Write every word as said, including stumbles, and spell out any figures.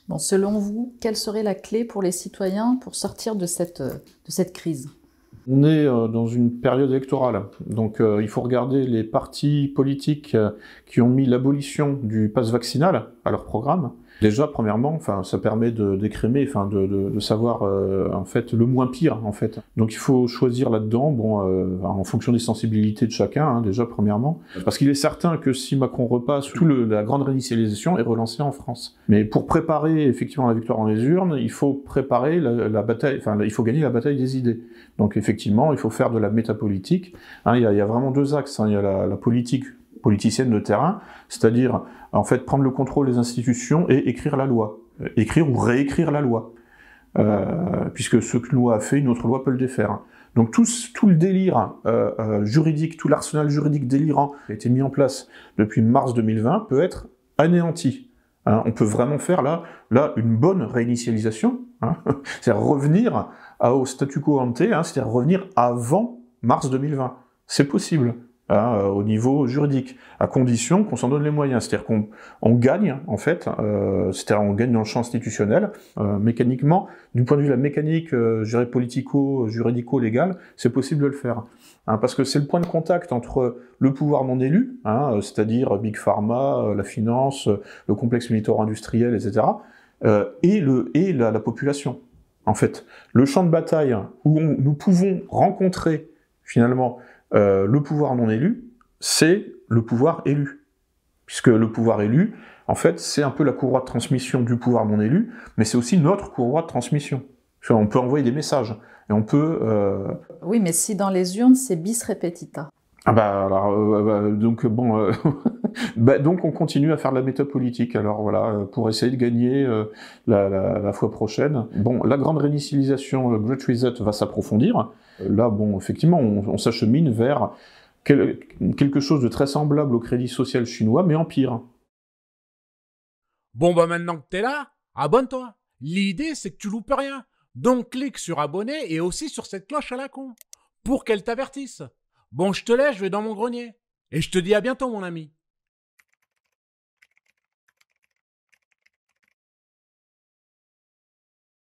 Bon, selon vous, quelle serait la clé pour les citoyens pour sortir de cette, de cette crise? On est euh, dans une période électorale, donc euh, il faut regarder les partis politiques euh, qui ont mis l'abolition du pass vaccinal à leur programme. Déjà, premièrement, enfin, ça permet de d'écrémer, enfin, de, de, de savoir euh, en fait le moins pire, en fait. Donc, il faut choisir là-dedans, bon, euh, en fonction des sensibilités de chacun, hein, déjà premièrement, parce qu'il est certain que si Macron repasse, toute la grande réinitialisation est relancée en France. Mais pour préparer effectivement la victoire dans les urnes, il faut préparer la, la bataille, enfin, il faut gagner la bataille des idées. Donc, effectivement, il faut faire de la métapolitique. Hein, il y a, il y a vraiment deux axes. Hein. Il y a la, la politique politicienne de terrain, c'est-à-dire en fait prendre le contrôle des institutions et écrire la loi, écrire ou réécrire la loi, euh, puisque ce qu'une loi a fait, une autre loi peut le défaire. Donc tout, tout le délire euh, euh, juridique, tout l'arsenal juridique délirant qui a été mis en place depuis mars deux mille vingt peut être anéanti. Hein, on peut vraiment faire là, là une bonne réinitialisation, hein, c'est-à-dire revenir à, au statu quo ante, hein, c'est-à-dire revenir avant mars deux mille vingt. C'est possible. Hein, au niveau juridique, à condition qu'on s'en donne les moyens, c'est-à-dire qu'on on gagne en fait, euh, c'est-à-dire on gagne dans le champ institutionnel, euh, mécaniquement, du point de vue de la mécanique, euh, je dirais politico, juridico-légal, c'est possible de le faire, hein, parce que c'est le point de contact entre le pouvoir non élu, hein, c'est-à-dire Big Pharma, la finance, le complexe militaro-industriel, et cetera, euh, et le et la, la population. En fait, le champ de bataille où on, nous pouvons rencontrer finalement Euh, le pouvoir non élu, c'est le pouvoir élu. Puisque le pouvoir élu, en fait, c'est un peu la courroie de transmission du pouvoir non élu, mais c'est aussi notre courroie de transmission. On peut envoyer des messages, et on peut... Euh... Oui, mais si dans les urnes, c'est bis repetita. Ah bah, alors, euh, bah, donc bon... Euh... bah, donc on continue à faire de la métapolitique, alors voilà, pour essayer de gagner euh, la, la, la fois prochaine. Bon, la grande réinitialisation, le Great Reset, va s'approfondir. Là, bon, effectivement, on, on s'achemine vers quel, quelque chose de très semblable au crédit social chinois, mais en pire. Bon, bah maintenant que t'es là, abonne-toi. L'idée, c'est que tu loupes rien. Donc, clique sur abonner et aussi sur cette cloche à la con, pour qu'elle t'avertisse. Bon, je te laisse, je vais dans mon grenier. Et je te dis à bientôt, mon ami.